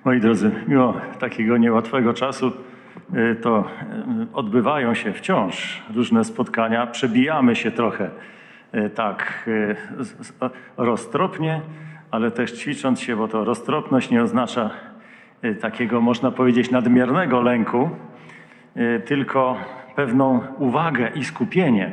Moi drodzy, mimo takiego niełatwego czasu, to odbywają się wciąż różne spotkania. Przebijamy się trochę tak roztropnie, ale też ćwicząc się, bo to roztropność nie oznacza takiego, można powiedzieć, nadmiernego lęku, tylko pewną uwagę i skupienie,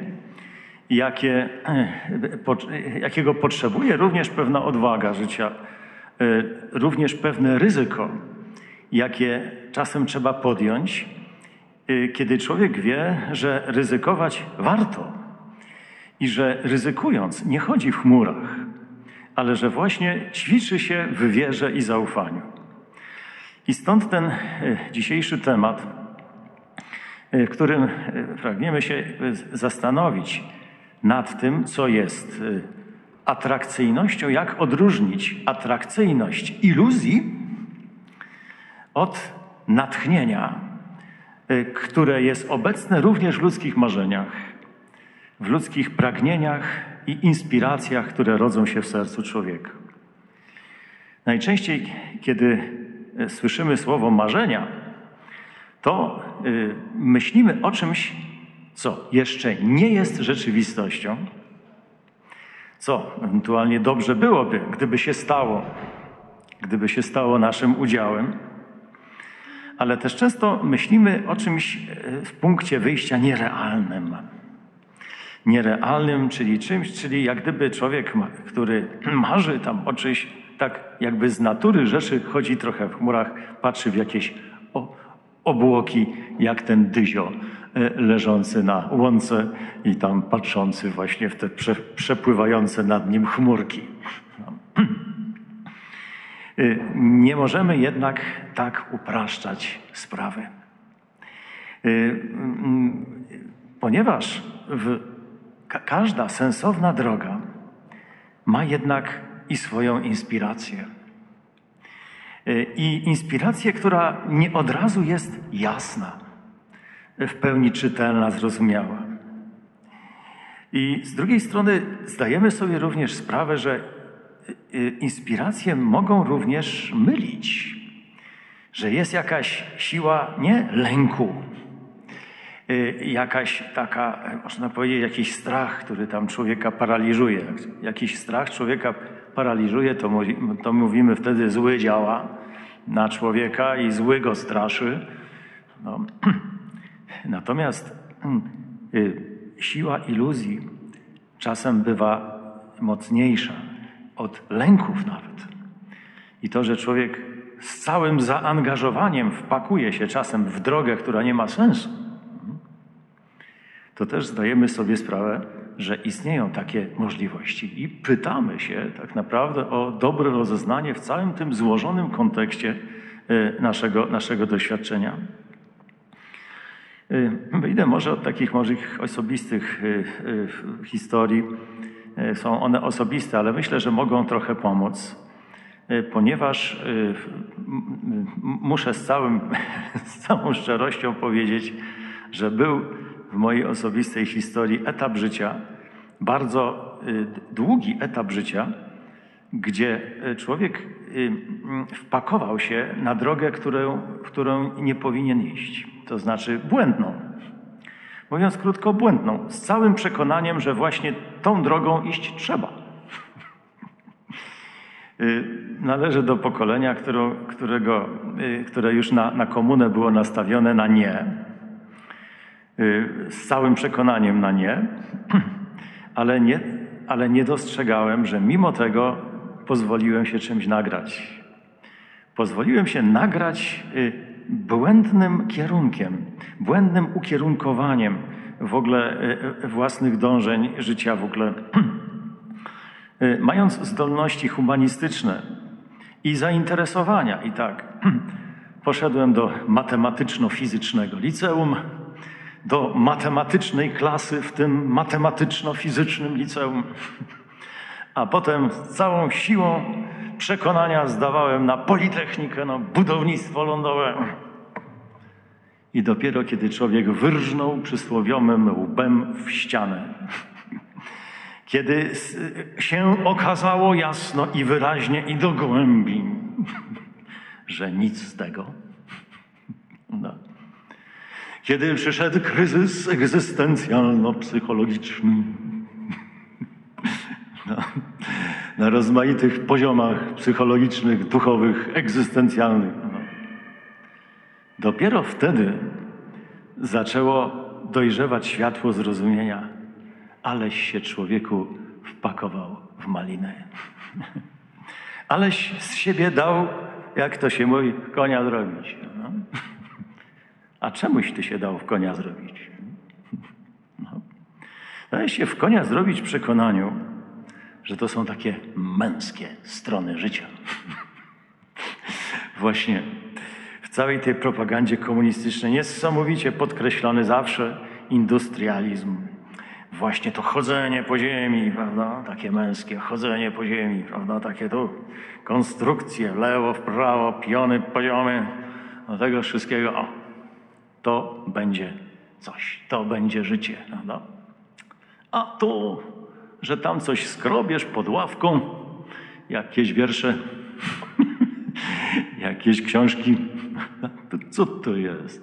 jakiego potrzebuje również pewna odwaga życia, również pewne ryzyko, jakie czasem trzeba podjąć, kiedy człowiek wie, że ryzykować warto i że ryzykując nie chodzi w chmurach, ale że właśnie ćwiczy się w wierze i zaufaniu. I stąd ten dzisiejszy temat, w którym pragniemy się zastanowić nad tym, co jest atrakcyjnością, jak odróżnić atrakcyjność iluzji od natchnienia, które jest obecne również w ludzkich marzeniach, w ludzkich pragnieniach i inspiracjach, które rodzą się w sercu człowieka. Najczęściej, kiedy słyszymy słowo marzenia, to myślimy o czymś, co jeszcze nie jest rzeczywistością, co ewentualnie dobrze byłoby, gdyby się stało naszym udziałem, ale też często myślimy o czymś w punkcie wyjścia nierealnym. Nierealnym, czyli czymś, czyli jak gdyby człowiek, który marzy tam o czymś, tak jakby z natury rzeczy chodzi trochę w chmurach, patrzy w jakieś obłoki, jak ten dyzio leżący na łące i tam patrzący właśnie w te przepływające nad nim chmurki. Nie możemy jednak tak upraszczać sprawy. Ponieważ każda sensowna droga ma jednak i swoją inspirację. I inspirację, która nie od razu jest jasna, w pełni czytelna, zrozumiała. I z drugiej strony zdajemy sobie również sprawę, że inspiracje mogą również mylić, że jest jakaś siła nie lęku, jakaś taka, można powiedzieć, jakiś strach, który tam człowieka paraliżuje. Jakiś strach człowieka paraliżuje, to mówimy wtedy zły działa na człowieka i zły go straszy. No. Natomiast siła iluzji czasem bywa mocniejsza od lęków nawet. I to, że człowiek z całym zaangażowaniem wpakuje się czasem w drogę, która nie ma sensu, to też zdajemy sobie sprawę, że istnieją takie możliwości. I pytamy się tak naprawdę o dobre rozeznanie w całym tym złożonym kontekście naszego doświadczenia. Wyjdę może od takich osobistych historii. Są one osobiste, ale myślę, że mogą trochę pomóc, ponieważ muszę z całą szczerością powiedzieć, że był w mojej osobistej historii etap życia, bardzo długi etap życia, gdzie człowiek wpakował się na drogę, którą nie powinien iść. To znaczy błędną. Mówiąc krótko, błędną. Z całym przekonaniem, że właśnie tą drogą iść trzeba. Należę do pokolenia, które już na komunę było nastawione na nie. Z całym przekonaniem na nie. Ale nie dostrzegałem, że mimo tego pozwoliłem się czymś nagrać. Pozwoliłem się nagrać błędnym kierunkiem, błędnym ukierunkowaniem w ogóle własnych dążeń życia w ogóle. Mając zdolności humanistyczne i zainteresowania i tak, poszedłem do matematyczno-fizycznego liceum, do matematycznej klasy w tym matematyczno-fizycznym liceum, a potem z całą siłą przekonania zdawałem na Politechnikę, na budownictwo lądowe. I dopiero kiedy człowiek wyrżnął przysłowiowym łbem w ścianę, kiedy się okazało jasno i wyraźnie i do głębi, że nic z tego. No. Kiedy przyszedł kryzys egzystencjalno-psychologiczny, no, na rozmaitych poziomach psychologicznych, duchowych, egzystencjalnych, no, dopiero wtedy zaczęło dojrzewać światło zrozumienia, aleś się człowieku wpakował w malinę. Aleś z siebie dał, jak to się mówi, konia zrobić. No. A czemuś ty się dał w konia zrobić? No. Dałeś się w konia zrobić w przekonaniu, że to są takie męskie strony życia. Właśnie w całej tej propagandzie komunistycznej niesamowicie podkreślony zawsze industrializm. Właśnie to chodzenie po ziemi, prawda? Takie męskie chodzenie po ziemi, prawda? Takie tu konstrukcje w lewo, w prawo, piony poziome, do tego wszystkiego. O, to będzie coś, to będzie życie, prawda? A tu, że tam coś skrobiesz pod ławką, jakieś wiersze, jakieś książki, to co to jest?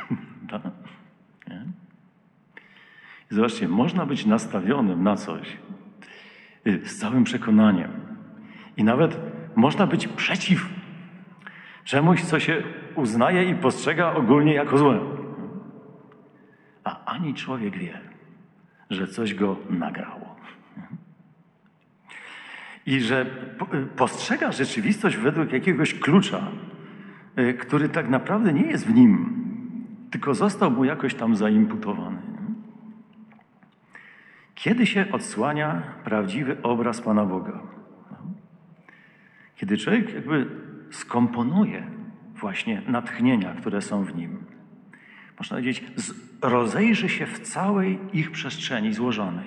I zobaczcie, można być nastawionym na coś z całym przekonaniem i nawet można być przeciw czemuś, co się uznaje i postrzega ogólnie jako złe. A ani człowiek wie, że coś go nagrało. I że postrzega rzeczywistość według jakiegoś klucza, który tak naprawdę nie jest w nim, tylko został mu jakoś tam zaimputowany. Kiedy się odsłania prawdziwy obraz Pana Boga? Kiedy człowiek jakby skomponuje właśnie natchnienia, które są w nim. Można powiedzieć, rozejrzy się w całej ich przestrzeni złożonej.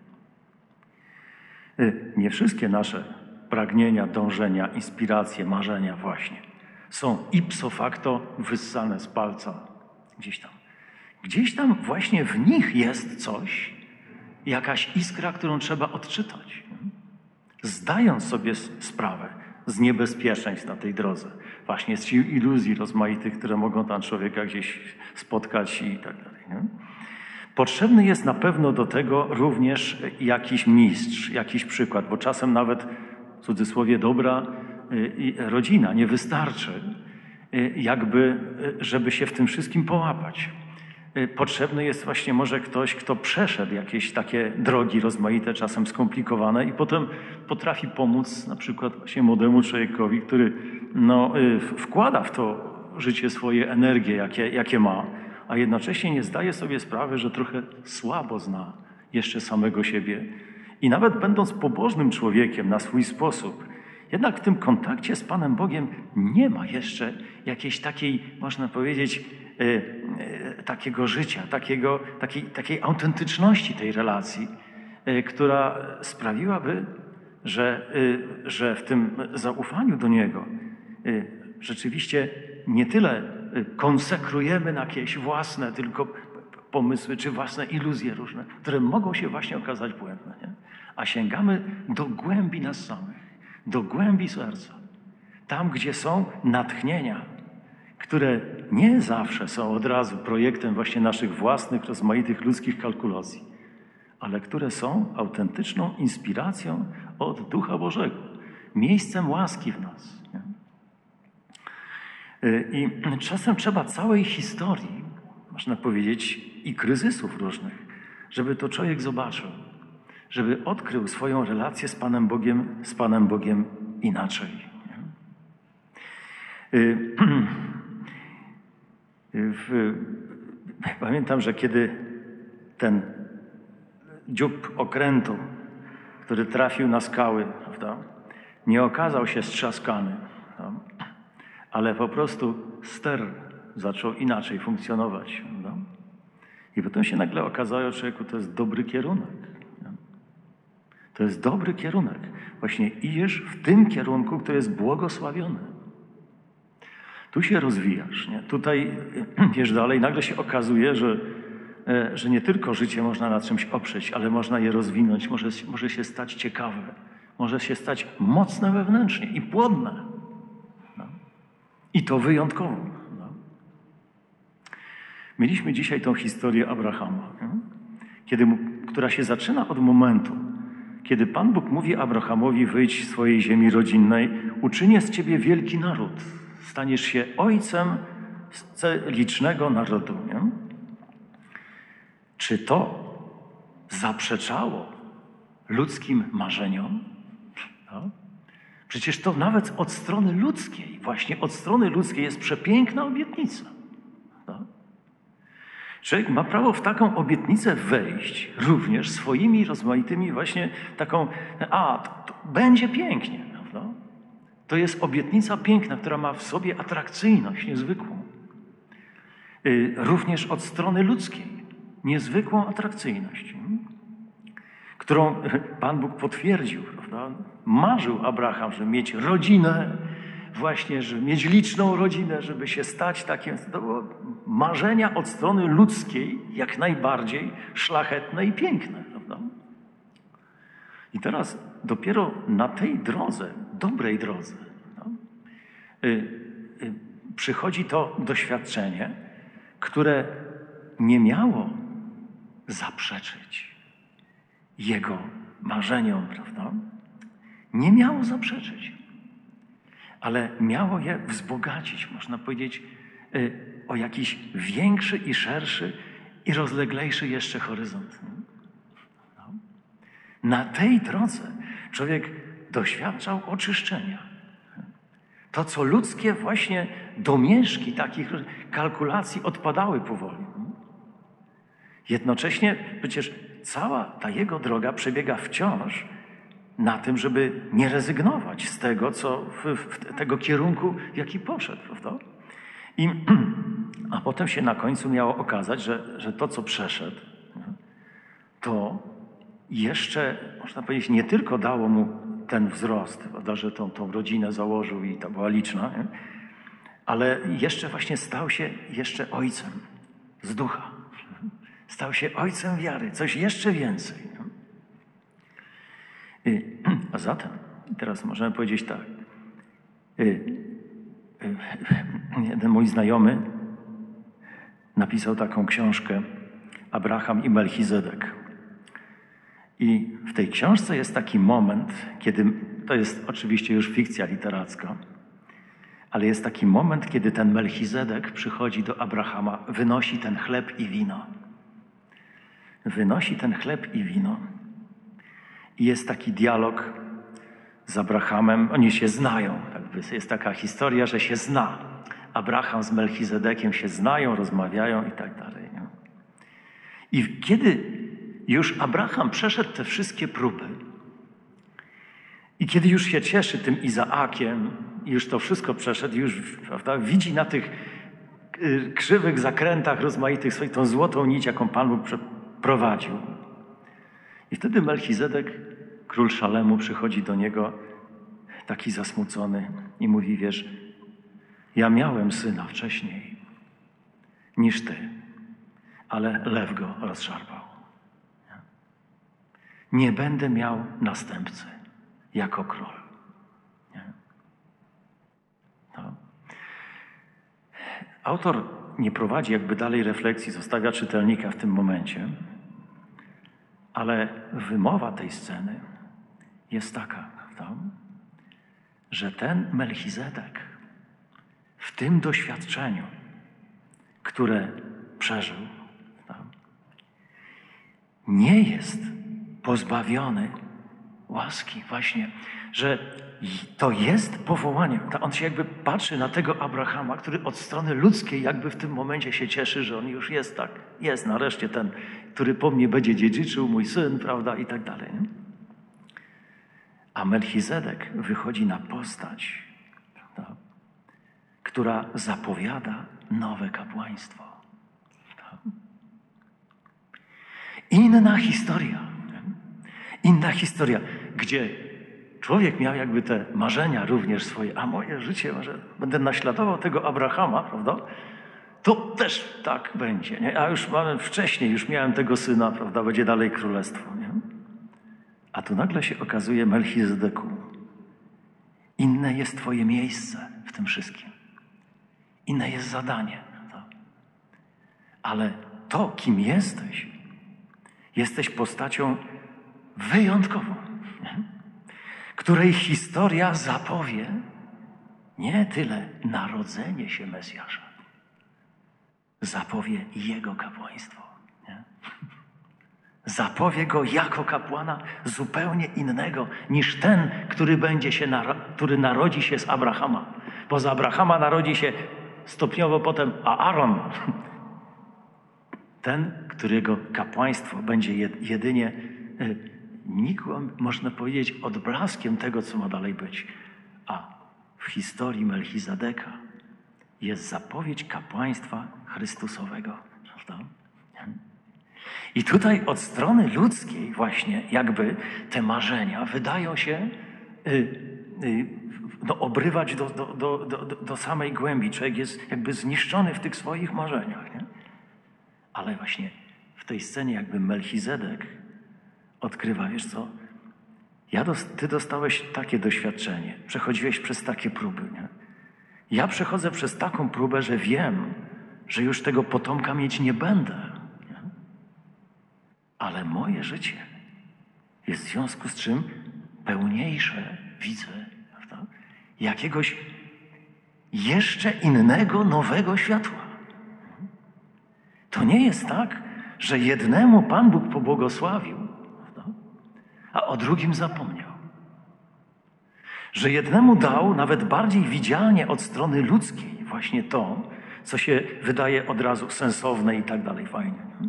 Nie wszystkie nasze pragnienia, dążenia, inspiracje, marzenia właśnie są ipso facto wyssane z palca gdzieś tam. Gdzieś tam właśnie w nich jest coś, jakaś iskra, którą trzeba odczytać. Zdając sobie sprawę z niebezpieczeństw na tej drodze, właśnie z sił iluzji rozmaitych, które mogą tam człowieka gdzieś spotkać i tak dalej. Nie? Potrzebny jest na pewno do tego również jakiś mistrz, jakiś przykład, bo czasem nawet, w cudzysłowie, dobra rodzina nie wystarczy, jakby, żeby się w tym wszystkim połapać. Potrzebny jest właśnie może ktoś, kto przeszedł jakieś takie drogi rozmaite, czasem skomplikowane i potem potrafi pomóc na przykład właśnie młodemu człowiekowi, który wkłada w to życie swoje energie, jakie ma, a jednocześnie nie zdaje sobie sprawy, że trochę słabo zna jeszcze samego siebie. I nawet będąc pobożnym człowiekiem na swój sposób, jednak w tym kontakcie z Panem Bogiem nie ma jeszcze jakiejś takiej, można powiedzieć, takiego życia, takiej autentyczności tej relacji, która sprawiłaby, że w tym zaufaniu do Niego rzeczywiście nie tyle konsekrujemy na jakieś własne tylko pomysły czy własne iluzje różne, które mogą się właśnie okazać błędne, nie? A sięgamy do głębi nas samych, do głębi serca, tam gdzie są natchnienia, które nie zawsze są od razu projektem właśnie naszych własnych, rozmaitych ludzkich kalkulacji, ale które są autentyczną inspiracją od Ducha Bożego, miejscem łaski w nas. Nie? I czasem trzeba całej historii, można powiedzieć, i kryzysów różnych, żeby to człowiek zobaczył, żeby odkrył swoją relację z Panem Bogiem inaczej. Pamiętam, że kiedy ten dziób okrętu, który trafił na skały, prawda, nie okazał się strzaskany, prawda, ale po prostu ster zaczął inaczej funkcjonować. Prawda? I potem się nagle okazało, człowieku, to jest dobry kierunek. To jest dobry kierunek. Właśnie idziesz w tym kierunku, który jest błogosławiony. Tu się rozwijasz. Nie? Tutaj idziesz dalej. Nagle się okazuje, że nie tylko życie można na czymś oprzeć, ale można je rozwinąć. Może się stać ciekawe. Może się stać mocne wewnętrznie i płodne. No. I to wyjątkowo. No. Mieliśmy dzisiaj tą historię Abrahama, która się zaczyna od momentu, kiedy Pan Bóg mówi Abrahamowi: wyjdź z swojej ziemi rodzinnej, uczynię z ciebie wielki naród, staniesz się ojcem licznego narodu. Nie? Czy to zaprzeczało ludzkim marzeniom? No. Przecież to nawet od strony ludzkiej, właśnie od strony ludzkiej jest przepiękna obietnica. No. Człowiek ma prawo w taką obietnicę wejść również swoimi rozmaitymi właśnie taką, to będzie pięknie. Prawda? To jest obietnica piękna, która ma w sobie atrakcyjność niezwykłą. Również od strony ludzkiej. Niezwykłą atrakcyjność, którą Pan Bóg potwierdził. Prawda? Marzył Abraham, żeby mieć rodzinę, właśnie, żeby mieć liczną rodzinę, żeby się stać takim. To były marzenia od strony ludzkiej, jak najbardziej szlachetne i piękne. Prawda? I teraz dopiero na tej drodze, dobrej drodze, przychodzi to doświadczenie, które nie miało zaprzeczyć jego marzeniom, prawda? Nie miało zaprzeczyć, ale miało je wzbogacić, można powiedzieć, o jakiś większy i szerszy i rozleglejszy jeszcze horyzont. No. Na tej drodze człowiek doświadczał oczyszczenia. To, co ludzkie właśnie domieszki takich kalkulacji odpadały powoli. Jednocześnie przecież cała ta jego droga przebiega wciąż na tym, żeby nie rezygnować z tego, co w tego kierunku, w jaki poszedł, prawda? A potem się na końcu miało okazać, że to, co przeszedł, to jeszcze, można powiedzieć, nie tylko dało mu ten wzrost, prawda, że tą rodzinę założył i ta była liczna, nie? Ale jeszcze właśnie stał się jeszcze ojcem z ducha. Stał się ojcem wiary, coś jeszcze więcej. A zatem, teraz możemy powiedzieć tak. Jeden mój znajomy napisał taką książkę Abraham i Melchizedek. I w tej książce jest taki moment, kiedy, to jest oczywiście już fikcja literacka, ale jest taki moment, kiedy ten Melchizedek przychodzi do Abrahama, wynosi ten chleb i wino. Wynosi ten chleb i wino. I jest taki dialog z Abrahamem. Oni się znają. Jest taka historia, że się zna. Abraham z Melchizedekiem się znają, rozmawiają i tak dalej. Nie? I kiedy już Abraham przeszedł te wszystkie próby i kiedy już się cieszy tym Izaakiem, i już to wszystko przeszedł, już, prawda, widzi na tych krzywych zakrętach rozmaitych swoich tą złotą nić, jaką Pan Bóg prowadził. I wtedy Melchizedek, król Szalemu, przychodzi do niego taki zasmucony i mówi: wiesz, ja miałem syna wcześniej niż ty, ale lew go rozszarpał. Nie będę miał następcy jako król. Nie? No. Autor nie prowadzi jakby dalej refleksji, zostawia czytelnika w tym momencie, ale wymowa tej sceny jest taka, prawda? Że ten Melchizedek w tym doświadczeniu, które przeżył, prawda, nie jest pozbawiony łaski. Właśnie, że to jest powołanie. On się jakby patrzy na tego Abrahama, który od strony ludzkiej jakby w tym momencie się cieszy, że on już jest tak, jest nareszcie ten, który po mnie będzie dziedziczył, mój syn, prawda, i tak dalej. Nie? A Melchizedek wychodzi na postać, prawda, która zapowiada nowe kapłaństwo. Inna historia, gdzie człowiek miał jakby te marzenia również swoje, a moje życie, może będę naśladował tego Abrahama, prawda? To też tak będzie, nie? A już wcześniej już miałem tego syna, prawda? Będzie dalej królestwo, nie? A tu nagle się okazuje: Melchizedeku, inne jest twoje miejsce w tym wszystkim. inne jest zadanie. Prawda? Ale to, kim jesteś postacią wyjątkową, której historia zapowie nie tyle narodzenie się Mesjasza, zapowie Jego kapłaństwo. Nie? Zapowie Go jako kapłana zupełnie innego niż ten, który narodzi się z Abrahama. Bo z Abrahama narodzi się stopniowo potem Aaron. Ten, którego kapłaństwo będzie jedynie nikłym, można powiedzieć, odblaskiem tego, co ma dalej być. A w historii Melchizedeka jest zapowiedź kapłaństwa Chrystusowego. Prawda? I tutaj od strony ludzkiej właśnie jakby te marzenia wydają się obrywać do samej głębi. Człowiek jest jakby zniszczony w tych swoich marzeniach. Nie? Ale właśnie w tej scenie jakby Melchizedek odkrywa, wiesz co, ty dostałeś takie doświadczenie, przechodziłeś przez takie próby, nie? Ja przechodzę przez taką próbę, że wiem, że już tego potomka mieć nie będę. Nie? Ale moje życie jest w związku z czym pełniejsze, widzę, prawda? Jakiegoś jeszcze innego, nowego światła. To nie jest tak, że jednemu Pan Bóg pobłogosławił, prawda? A o drugim zapomniał. Że jednemu dał nawet bardziej widzialnie od strony ludzkiej właśnie to, co się wydaje od razu sensowne i tak dalej, fajnie. Nie?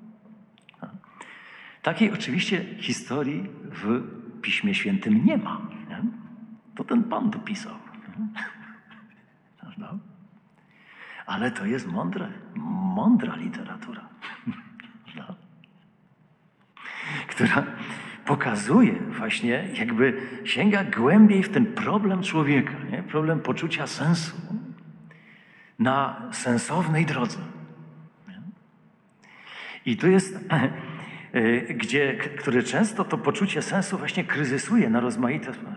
Takiej oczywiście historii w Piśmie Świętym nie ma. Nie? To ten Pan dopisał. Prawda? Ale to jest mądra literatura, która pokazuje właśnie, jakby sięga głębiej w ten problem człowieka, nie? Problem poczucia sensu na sensownej drodze. Nie? I tu jest, który często to poczucie sensu właśnie kryzysuje na rozmaite sposoby.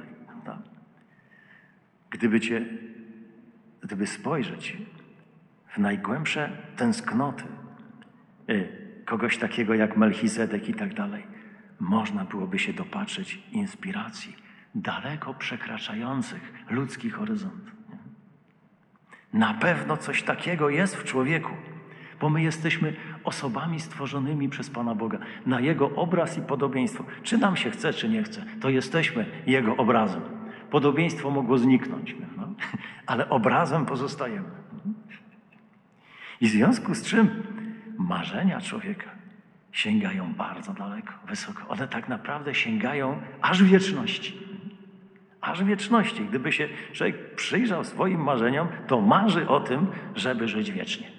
Gdyby spojrzeć w najgłębsze tęsknoty kogoś takiego jak Melchizedek i tak dalej, można byłoby się dopatrzyć inspiracji daleko przekraczających ludzki horyzont. Na pewno coś takiego jest w człowieku, bo my jesteśmy osobami stworzonymi przez Pana Boga na Jego obraz i podobieństwo. Czy nam się chce, czy nie chce, to jesteśmy Jego obrazem. Podobieństwo mogło zniknąć, no? Ale obrazem pozostajemy. I w związku z czym marzenia człowieka sięgają bardzo daleko, wysoko. One tak naprawdę sięgają aż wieczności. Aż wieczności. Gdyby się człowiek przyjrzał swoim marzeniom, to marzy o tym, żeby żyć wiecznie.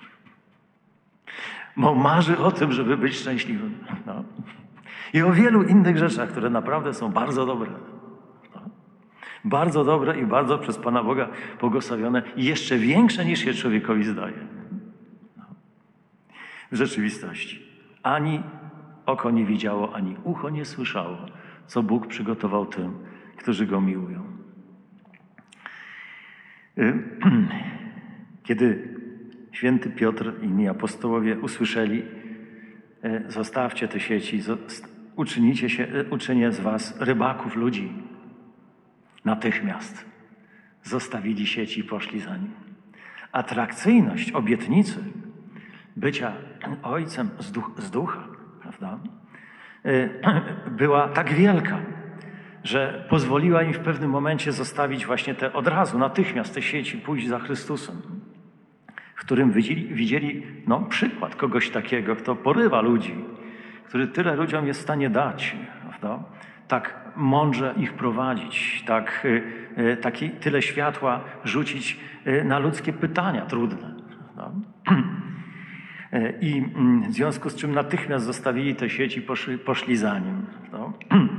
Bo marzy o tym, żeby być szczęśliwym. No. I o wielu innych rzeczach, które naprawdę są bardzo dobre. No. Bardzo dobre i bardzo przez Pana Boga błogosławione i jeszcze większe niż się człowiekowi zdaje. No. W rzeczywistości. Ani oko nie widziało, ani ucho nie słyszało, co Bóg przygotował tym, którzy Go miłują. Kiedy święty Piotr i inni apostołowie usłyszeli: zostawcie te sieci, uczynię z was rybaków ludzi. Natychmiast zostawili sieci i poszli za nim. Atrakcyjność obietnicy bycia ojcem z ducha, prawda, była tak wielka, że pozwoliła im w pewnym momencie zostawić właśnie od razu, natychmiast te sieci, pójść za Chrystusem, w którym widzieli przykład kogoś takiego, kto porywa ludzi, który tyle ludziom jest w stanie dać, prawda? Tak mądrze ich prowadzić, tyle światła rzucić na ludzkie pytania trudne. Prawda? I w związku z czym natychmiast zostawili te sieci, poszli za nim. No.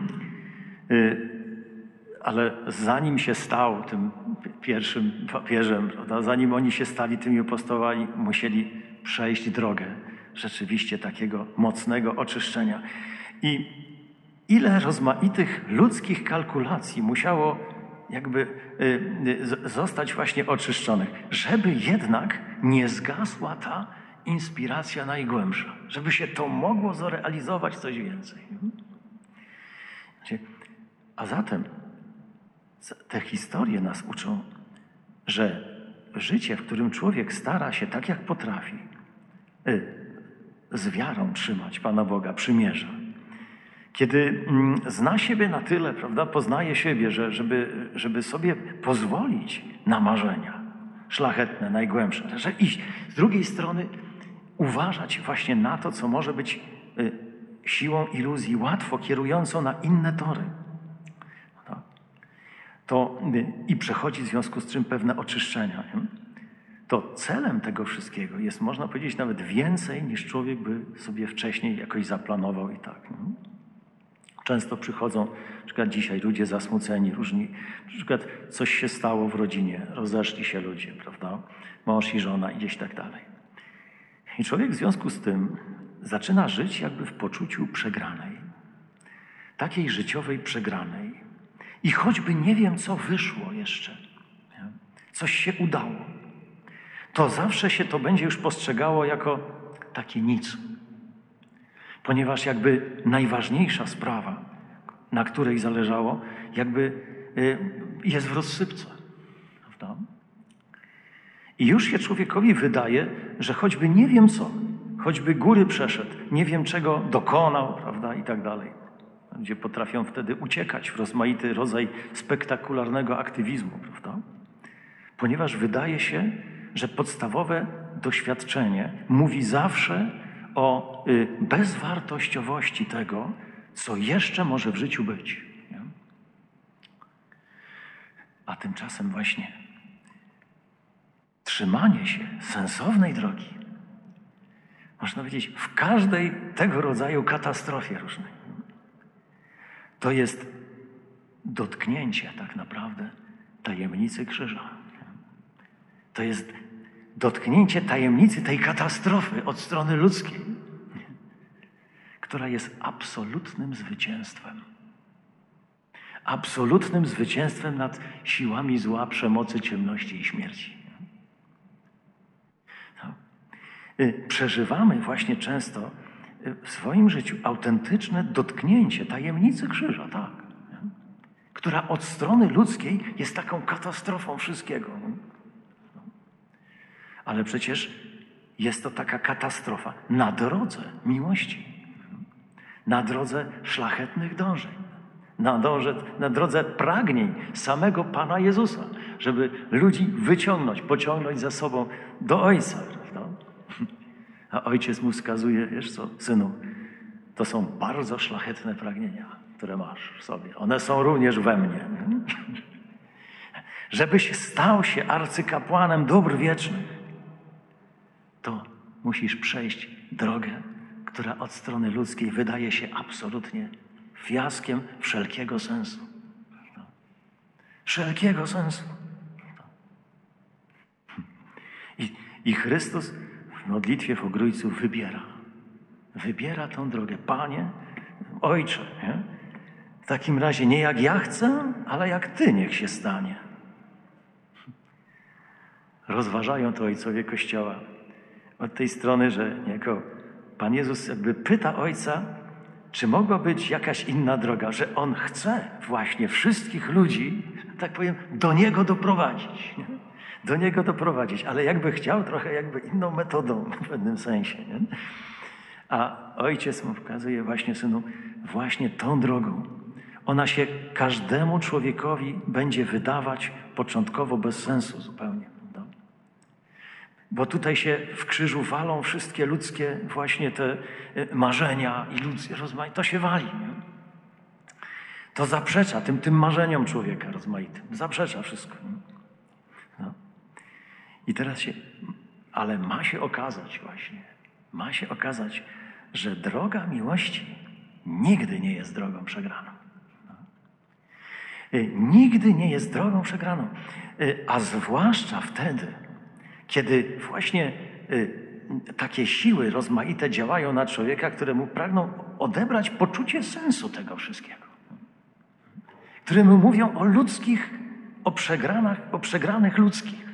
Ale zanim się stał tym pierwszym papieżem, prawda, zanim oni się stali tymi apostołami, musieli przejść drogę rzeczywiście takiego mocnego oczyszczenia. I ile rozmaitych ludzkich kalkulacji musiało jakby zostać właśnie oczyszczonych, żeby jednak nie zgasła ta inspiracja najgłębsza, żeby się to mogło zrealizować coś więcej. A zatem te historie nas uczą, że życie, w którym człowiek stara się tak, jak potrafi, z wiarą trzymać Pana Boga, przymierza. Kiedy zna siebie na tyle, prawda, poznaje siebie, żeby sobie pozwolić na marzenia szlachetne, najgłębsze, że iść. Z drugiej strony uważać właśnie na to, co może być siłą iluzji, łatwo kierującą na inne tory. I przechodzi w związku z czym pewne oczyszczenia. Nie? To celem tego wszystkiego jest, można powiedzieć, nawet więcej, niż człowiek by sobie wcześniej jakoś zaplanował i tak. Nie? Często przychodzą, na przykład dzisiaj ludzie zasmuceni, różni, na przykład coś się stało w rodzinie, rozeszli się ludzie, prawda? Mąż i żona i gdzieś tak dalej. I człowiek w związku z tym zaczyna żyć jakby w poczuciu przegranej. Takiej życiowej przegranej. I choćby nie wiem, co wyszło jeszcze, nie? Coś się udało, to zawsze się to będzie już postrzegało jako takie nic. Ponieważ jakby najważniejsza sprawa, na której zależało, jakby jest w rozsypce. Prawda? I już się człowiekowi wydaje, że choćby nie wiem co, choćby góry przeszedł, nie wiem czego dokonał, prawda, i tak dalej. Gdzie potrafią wtedy uciekać w rozmaity rodzaj spektakularnego aktywizmu, prawda? Ponieważ wydaje się, że podstawowe doświadczenie mówi zawsze o bezwartościowości tego, co jeszcze może w życiu być. Nie? A tymczasem właśnie trzymanie się sensownej drogi, można powiedzieć, w każdej tego rodzaju katastrofie różnej, to jest dotknięcie tak naprawdę tajemnicy krzyża. To jest dotknięcie tajemnicy tej katastrofy od strony ludzkiej, która jest absolutnym zwycięstwem. Absolutnym zwycięstwem nad siłami zła, przemocy, ciemności i śmierci. Przeżywamy właśnie często w swoim życiu autentyczne dotknięcie tajemnicy krzyża, tak, nie? Która od strony ludzkiej jest taką katastrofą wszystkiego. Nie? Ale przecież jest to taka katastrofa na drodze miłości, na drodze szlachetnych dążeń, na drodze pragnień samego Pana Jezusa, żeby ludzi wyciągnąć, pociągnąć za sobą do Ojca. Prawda? A ojciec mu wskazuje, wiesz co, synu, to są bardzo szlachetne pragnienia, które masz w sobie. One są również we mnie. Nie? Żebyś stał się arcykapłanem dóbr wiecznych, to musisz przejść drogę, która od strony ludzkiej wydaje się absolutnie fiaskiem wszelkiego sensu. Wszelkiego sensu. I Chrystus w modlitwie w Ogrójcu wybiera tą drogę. Panie, Ojcze, nie? W takim razie nie jak ja chcę, ale jak Ty niech się stanie. Rozważają to ojcowie Kościoła od tej strony, że niejako Pan Jezus jakby pyta Ojca, czy mogła być jakaś inna droga, że On chce właśnie wszystkich ludzi, tak powiem, do Niego doprowadzić. Nie? Do Niego doprowadzić, ale jakby chciał trochę jakby inną metodą w pewnym sensie. Nie? A Ojciec mu wskazuje właśnie, synu, właśnie tą drogą. Ona się każdemu człowiekowi będzie wydawać początkowo bez sensu zupełnie. Bo tutaj się w krzyżu walą wszystkie ludzkie właśnie te marzenia, iluzje, rozmaite. To się wali. Nie? To zaprzecza tym marzeniom człowieka rozmaitym. Zaprzecza wszystko. Nie? No. I teraz ale ma się okazać, że droga miłości nigdy nie jest drogą przegraną. No. Nigdy nie jest drogą przegraną. A zwłaszcza wtedy, kiedy właśnie takie siły rozmaite działają na człowieka, któremu pragną odebrać poczucie sensu tego wszystkiego. Któremu mówią o ludzkich o przegranych ludzkich.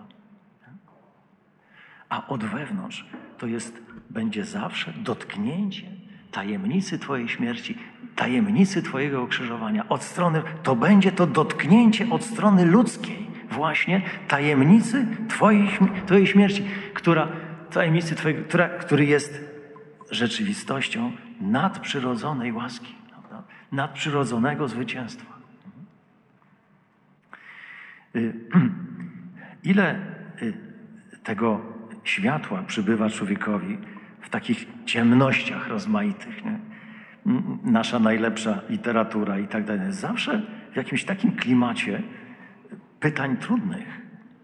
A od wewnątrz będzie zawsze dotknięcie tajemnicy Twojej śmierci, tajemnicy Twojego ukrzyżowania. To będzie to dotknięcie od strony ludzkiej właśnie tajemnicy Twojej śmierci, który jest rzeczywistością nadprzyrodzonej łaski, prawda? Nadprzyrodzonego zwycięstwa. Ile tego światła przybywa człowiekowi w takich ciemnościach rozmaitych, nie? Nasza najlepsza literatura i tak dalej. Zawsze w jakimś takim klimacie pytań trudnych,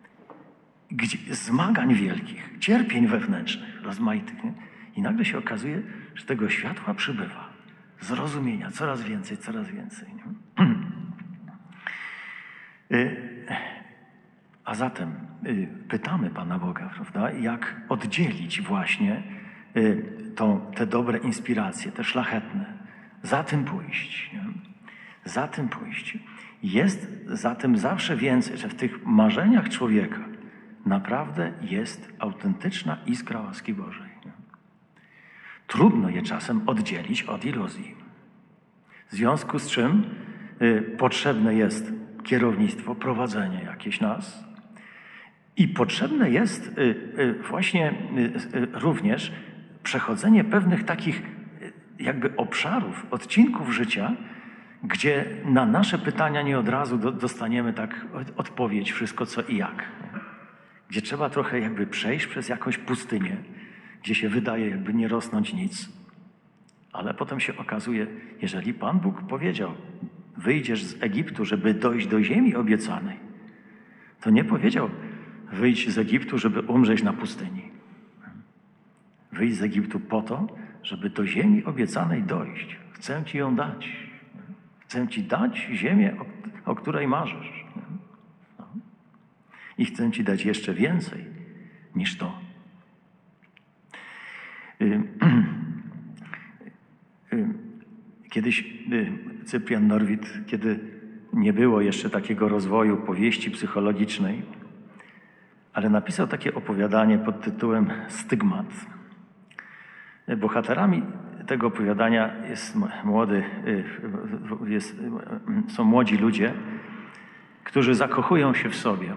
zmagań wielkich, cierpień wewnętrznych, rozmaitych. Nie? I nagle się okazuje, że tego światła przybywa. Zrozumienia coraz więcej, coraz więcej. Nie? A zatem pytamy Pana Boga, prawda, jak oddzielić właśnie te dobre inspiracje, te szlachetne. Za tym pójść. Nie? Za tym pójść. Jest zatem zawsze więcej, że w tych marzeniach człowieka naprawdę jest autentyczna iskra łaski Bożej. Nie? Trudno je czasem oddzielić od iluzji. W związku z czym potrzebne jest kierownictwo, prowadzenie jakieś nas. I potrzebne jest właśnie również przechodzenie pewnych takich jakby obszarów, odcinków życia, gdzie na nasze pytania nie od razu dostaniemy tak odpowiedź, wszystko co i jak. Gdzie trzeba trochę jakby przejść przez jakąś pustynię, gdzie się wydaje jakby nie rosnąć nic. Ale potem się okazuje, jeżeli Pan Bóg powiedział, wyjdziesz z Egiptu, żeby dojść do ziemi obiecanej, to nie powiedział, wyjdź z Egiptu, żeby umrzeć na pustyni. Wyjdź z Egiptu po to, żeby do ziemi obiecanej dojść. Chcę Ci ją dać. Chcę Ci dać ziemię, o której marzysz. No. I chcę Ci dać jeszcze więcej niż to. Kiedyś Cyprian Norwid, kiedy nie było jeszcze takiego rozwoju powieści psychologicznej, ale napisał takie opowiadanie pod tytułem Stygmat. Bohaterami tego opowiadania są młodzi ludzie, którzy zakochują się w sobie.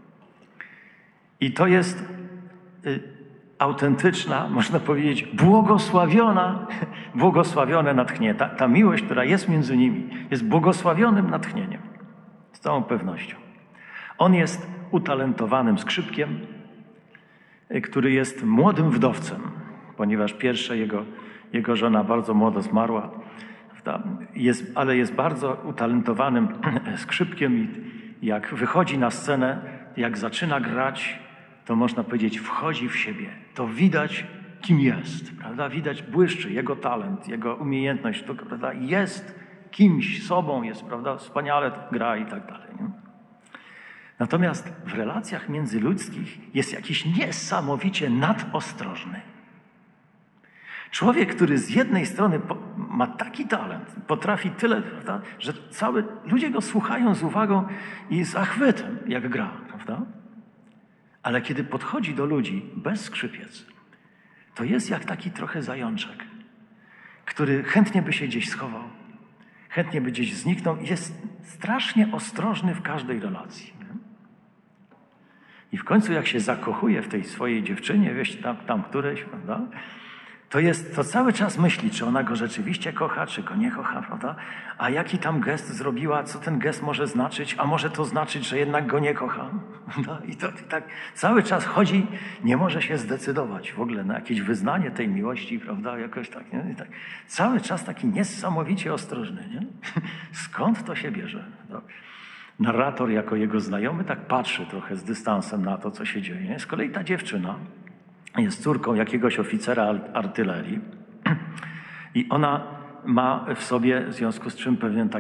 I to jest autentyczna, można powiedzieć, błogosławione natchnienie. Ta miłość, która jest między nimi, jest błogosławionym natchnieniem. Z całą pewnością. On jest utalentowanym skrzypkiem, który jest młodym wdowcem, ponieważ pierwsza jego żona bardzo młodo zmarła, ale jest bardzo utalentowanym skrzypkiem i jak wychodzi na scenę, jak zaczyna grać, to można powiedzieć, wchodzi w siebie. To widać, kim jest, prawda? Widać, błyszczy jego talent, jego umiejętność, to, prawda? Jest kimś, sobą jest, prawda? Wspaniale gra i tak dalej. Nie? Natomiast w relacjach międzyludzkich jest jakiś niesamowicie nadostrożny. Człowiek, który z jednej strony ma taki talent, potrafi tyle, prawda, że ludzie go słuchają z uwagą i zachwytem, jak gra, prawda? Ale kiedy podchodzi do ludzi bez skrzypiec, to jest jak taki trochę zajączek, który chętnie by się gdzieś schował, chętnie by gdzieś zniknął i jest strasznie ostrożny w każdej relacji. Nie? I w końcu jak się zakochuje w tej swojej dziewczynie, wiesz, tam któreś, prawda? To cały czas myśli, czy ona go rzeczywiście kocha, czy go nie kocha, prawda? A jaki tam gest zrobiła, co ten gest może znaczyć, a może to znaczyć, że jednak go nie kocha. No, i tak cały czas chodzi, nie może się zdecydować w ogóle na jakieś wyznanie tej miłości, prawda? Jakoś tak, nie? I tak. Cały czas taki niesamowicie ostrożny, nie? Skąd to się bierze? No. Narrator jako jego znajomy tak patrzy trochę z dystansem na to, co się dzieje. Z kolei ta dziewczyna jest córką jakiegoś oficera artylerii i ona ma w sobie, w związku z czym pewien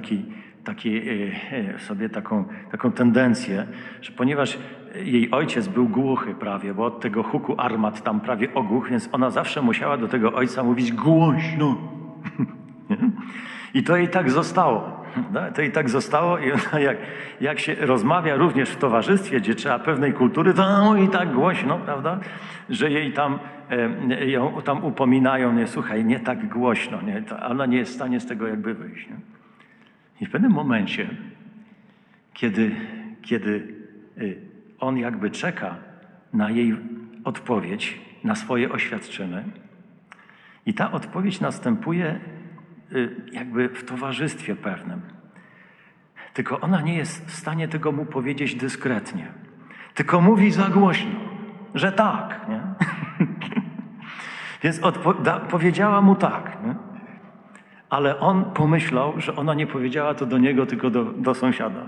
w sobie taką tendencję, że ponieważ jej ojciec był głuchy prawie, bo od tego huku armat tam prawie ogłuch, więc ona zawsze musiała do tego ojca mówić głośno. I to jej tak zostało. No, to i tak zostało. I jak się rozmawia również w towarzystwie, gdzie trzeba pewnej kultury, to i tak głośno, prawda, że ją tam upominają, nie, słuchaj, nie tak głośno, nie, to ona nie jest w stanie z tego jakby wyjść. Nie? I w pewnym momencie, kiedy on jakby czeka na jej odpowiedź, na swoje oświadczenie, i ta odpowiedź następuje jakby w towarzystwie pewnym. Tylko ona nie jest w stanie tego mu powiedzieć dyskretnie. Tylko mówi za głośno, że tak. Nie? Więc powiedziała mu tak. Nie? Ale on pomyślał, że ona nie powiedziała to do niego, tylko do sąsiada.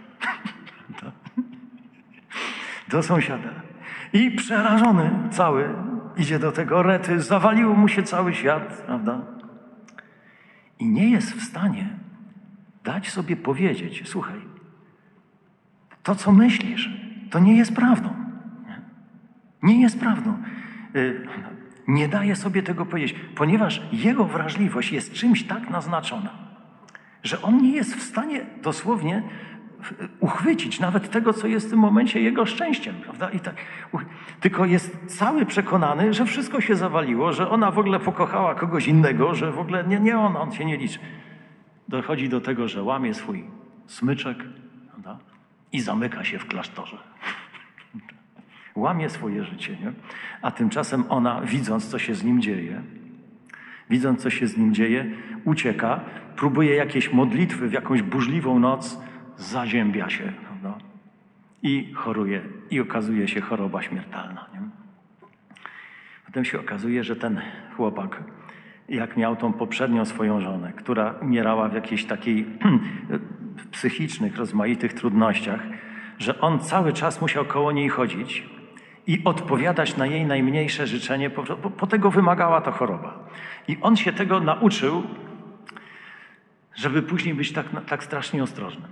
Do sąsiada. I przerażony cały idzie do tego rety, zawalił mu się cały świat, prawda? I nie jest w stanie dać sobie powiedzieć, słuchaj, to co myślisz, to nie jest prawdą. Nie jest prawdą. Nie daje sobie tego powiedzieć, ponieważ jego wrażliwość jest czymś tak naznaczona, że on nie jest w stanie dosłownie uchwycić nawet tego, co jest w tym momencie jego szczęściem, prawda? I tak, tylko jest cały przekonany, że wszystko się zawaliło, że ona w ogóle pokochała kogoś innego, że w ogóle nie on się nie liczy. Dochodzi do tego, że łamie swój smyczek, prawda? I zamyka się w klasztorze. Łamie swoje życie, nie? A tymczasem ona, widząc, co się z nim dzieje, ucieka, próbuje jakieś modlitwy w jakąś burzliwą noc, zaziębia się, prawda? I choruje. I okazuje się choroba śmiertelna. Nie? Potem się okazuje, że ten chłopak, jak miał tą poprzednią swoją żonę, która umierała w jakiejś takiej psychicznych, rozmaitych trudnościach, że on cały czas musiał koło niej chodzić i odpowiadać na jej najmniejsze życzenie, bo tego wymagała ta choroba. I on się tego nauczył, żeby później być tak strasznie ostrożnym.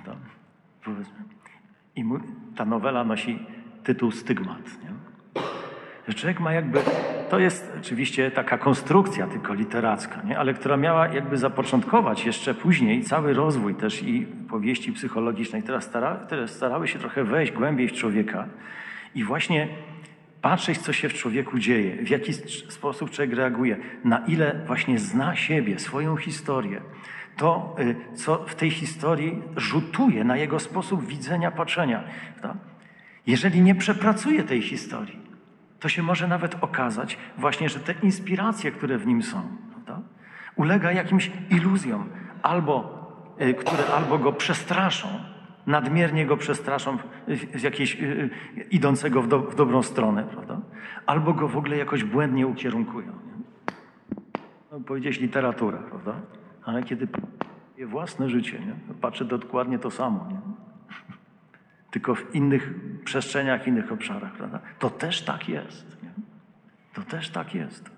I ta nowela nosi tytuł Stygmat. Nie? Że człowiek ma jakby, to jest oczywiście taka konstrukcja tylko literacka, nie? Ale która miała jakby zapoczątkować jeszcze później cały rozwój też i powieści psychologicznej, które starały się trochę wejść głębiej w człowieka i właśnie patrzeć, co się w człowieku dzieje, w jaki sposób człowiek reaguje, na ile właśnie zna siebie, swoją historię, to, co w tej historii rzutuje na jego sposób widzenia, patrzenia. Prawda? Jeżeli nie przepracuje tej historii, to się może nawet okazać właśnie, że te inspiracje, które w nim są, prawda? Ulega jakimś iluzjom, które albo go przestraszą, nadmiernie go przestraszą idącego w dobrą stronę, prawda? Albo go w ogóle jakoś błędnie ukierunkują. Nie? No, powiedzieć literatura, prawda? Ale kiedy własne życie, nie? Patrzę dokładnie to samo, nie? Tylko w innych przestrzeniach, innych obszarach, prawda? To też tak jest. Nie? To też tak jest.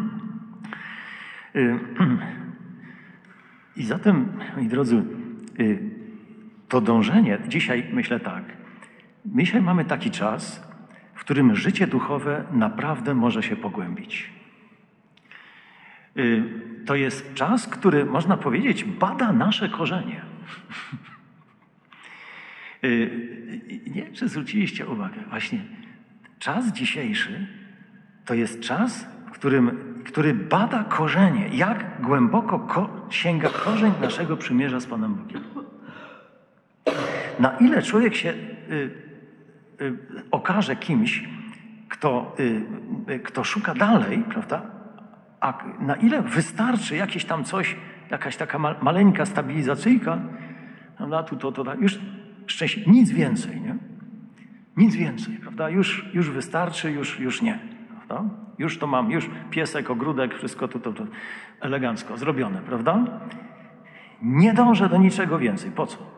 I zatem, moi drodzy, to dążenie, dzisiaj myślę tak, dzisiaj mamy taki czas, w którym życie duchowe naprawdę może się pogłębić. To jest czas, który, można powiedzieć, bada nasze korzenie. Nie wiem, czy zwróciliście uwagę, właśnie czas dzisiejszy to jest czas, który bada korzenie, jak głęboko sięga korzeń naszego przymierza z Panem Bogiem. Na ile człowiek się okaże kimś, kto szuka dalej, prawda? A na ile wystarczy jakieś tam coś, jakaś taka maleńka stabilizacyjka, prawda? Już szczęście, nic więcej, nie? Nic więcej, prawda? Już wystarczy, już nie, prawda? Już to mam, już piesek, ogródek, wszystko to elegancko zrobione, prawda? Nie dążę do niczego więcej. Po co?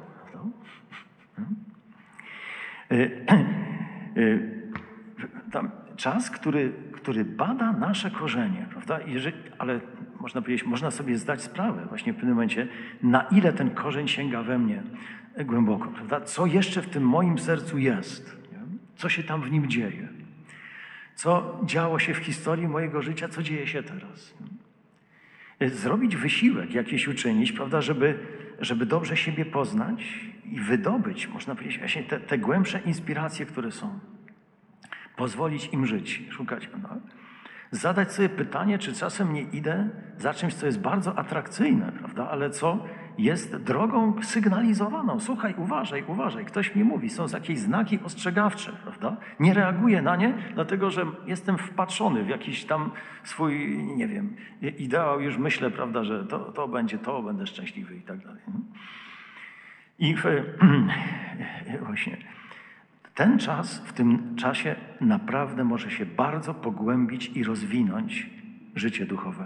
Tam czas, który bada nasze korzenie, prawda? Ale można powiedzieć, można sobie zdać sprawę właśnie w pewnym momencie, na ile ten korzeń sięga we mnie głęboko, prawda? Co jeszcze w tym moim sercu jest? Nie? Co się tam w nim dzieje? Co działo się w historii mojego życia? Co dzieje się teraz? Zrobić wysiłek jakiś uczynić, prawda? żeby dobrze siebie poznać i wydobyć, można powiedzieć, właśnie te głębsze inspiracje, które są. Pozwolić im żyć, szukać. No. Zadać sobie pytanie, czy czasem nie idę za czymś, co jest bardzo atrakcyjne, prawda? Ale co jest drogą sygnalizowaną. Słuchaj, uważaj, uważaj. Ktoś mi mówi, są jakieś znaki ostrzegawcze, prawda? Nie reaguję na nie, dlatego że jestem wpatrzony w jakiś tam swój, nie wiem, ideał. Już myślę, prawda, że to będzie to, będę szczęśliwy i tak dalej. I właśnie ten czas, w tym czasie naprawdę może się bardzo pogłębić i rozwinąć życie duchowe.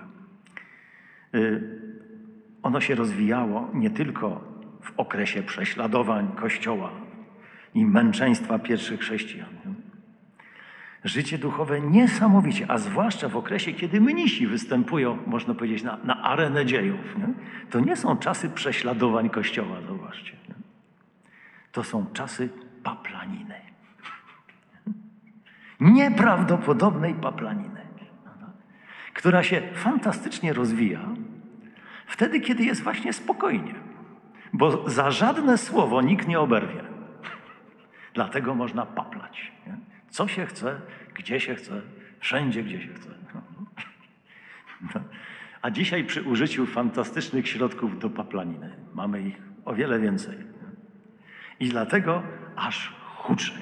Ono się rozwijało nie tylko w okresie prześladowań Kościoła i męczeństwa pierwszych chrześcijan. Życie duchowe niesamowicie, a zwłaszcza w okresie, kiedy mnisi występują, można powiedzieć, na arenę dziejów. Nie? To nie są czasy prześladowań Kościoła, zobaczcie. Nie? To są czasy paplaniny. Nieprawdopodobnej paplaniny, która się fantastycznie rozwija wtedy, kiedy jest właśnie spokojnie. Bo za żadne słowo nikt nie oberwie. Dlatego można paplać. Nie? Co się chce, gdzie się chce, wszędzie, gdzie się chce. A dzisiaj przy użyciu fantastycznych środków do paplaniny mamy ich o wiele więcej. I dlatego aż huczy.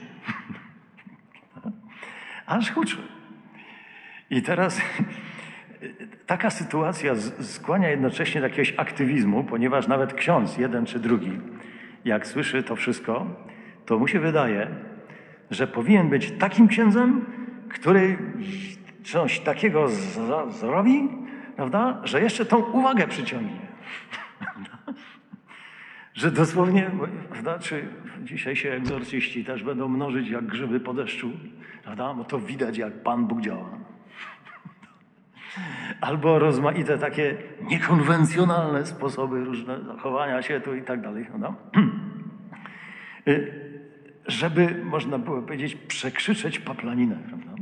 Aż huczy. I teraz taka sytuacja skłania jednocześnie do jakiegoś aktywizmu, ponieważ nawet ksiądz, jeden czy drugi, jak słyszy to wszystko, to mu się wydaje, że powinien być takim księdzem, który coś takiego zrobi, prawda, że jeszcze tą uwagę przyciągnie. Że dosłownie, prawda, czy dzisiaj się egzorcyści też będą mnożyć jak grzyby po deszczu, prawda, bo to widać, jak Pan Bóg działa. Albo rozmaite takie niekonwencjonalne sposoby różne zachowania się tu i tak dalej. No. Żeby, można było powiedzieć, przekrzyczeć paplaninę. Prawda?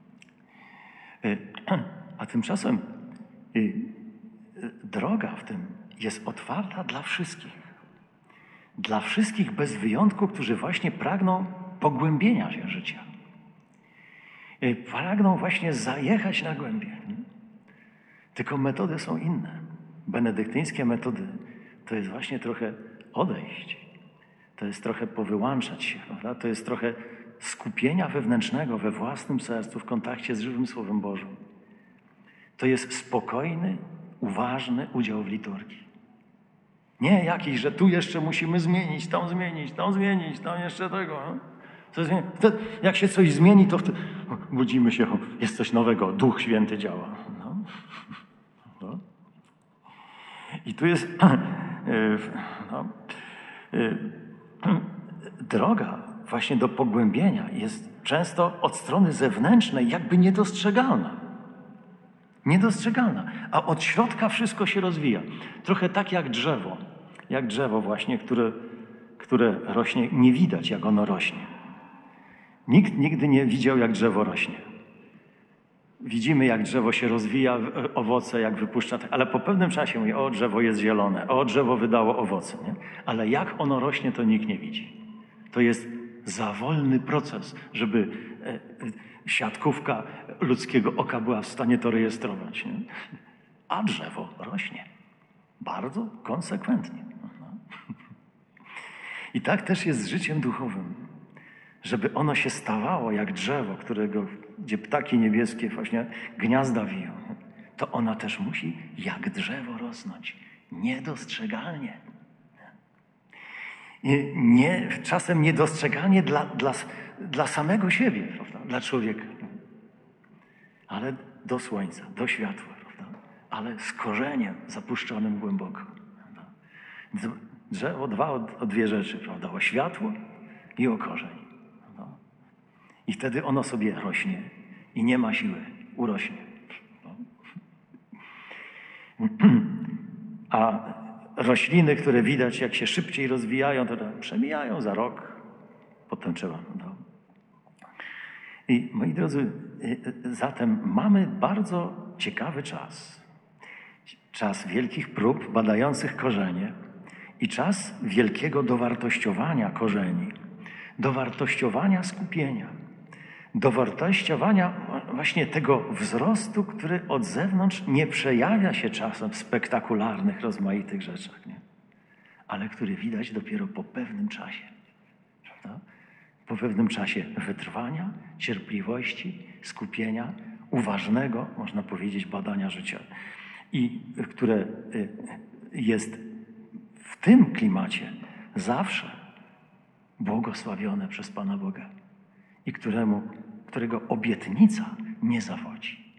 A tymczasem droga w tym jest otwarta dla wszystkich. Dla wszystkich bez wyjątku, którzy właśnie pragną pogłębienia się życia. Pragną właśnie zajechać na głębię. Tylko metody są inne. Benedyktyńskie metody to jest właśnie trochę odejść. To jest trochę powyłączać się, prawda? To jest trochę skupienia wewnętrznego we własnym sercu w kontakcie z żywym Słowem Bożym. To jest spokojny, uważny udział w liturgii. Nie jakiś, że tu jeszcze musimy zmienić, tam jeszcze tego. Co zmieni? Wtedy, jak się coś zmieni, to wtedy budzimy się, jest coś nowego, Duch Święty działa. No. No. I tu jest droga właśnie do pogłębienia jest często od strony zewnętrznej jakby niedostrzegalna. Niedostrzegalna, a od środka wszystko się rozwija. Trochę tak jak drzewo właśnie, które rośnie, nie widać jak ono rośnie. Nikt nigdy nie widział jak drzewo rośnie. Widzimy jak drzewo się rozwija, owoce jak wypuszcza, ale po pewnym czasie mówi, o drzewo jest zielone, o drzewo wydało owoce. Nie? Ale jak ono rośnie, to nikt nie widzi. To jest za wolny proces, żeby siatkówka ludzkiego oka była w stanie to rejestrować. Nie? A drzewo rośnie. Bardzo konsekwentnie. I tak też jest z życiem duchowym. Żeby ono się stawało jak drzewo, gdzie ptaki niebieskie właśnie gniazda wiją, to ona też musi jak drzewo rosnąć. Niedostrzegalnie. Czasem niedostrzegalnie dla samego siebie, prawda? Dla człowieka. Ale do słońca, do światła, prawda? Ale z korzeniem zapuszczonym głęboko. Prawda? Drzewo o dwie rzeczy, prawda? O światło i o korzeń. Prawda? I wtedy ono sobie rośnie i nie ma siły, urośnie. A rośliny, które widać, jak się szybciej rozwijają, to przemijają za rok, potem trzeba. No. I moi drodzy, zatem mamy bardzo ciekawy czas. Czas wielkich prób badających korzenie i czas wielkiego dowartościowania korzeni, dowartościowania skupienia, dowartościowania właśnie tego wzrostu, który od zewnątrz nie przejawia się czasem w spektakularnych, rozmaitych rzeczach, nie? Ale który widać dopiero po pewnym czasie. Prawda? Po pewnym czasie wytrwania, cierpliwości, skupienia, uważnego, można powiedzieć, badania życia. I które jest w tym klimacie zawsze błogosławione przez Pana Boga i którego obietnica nie zawodzi.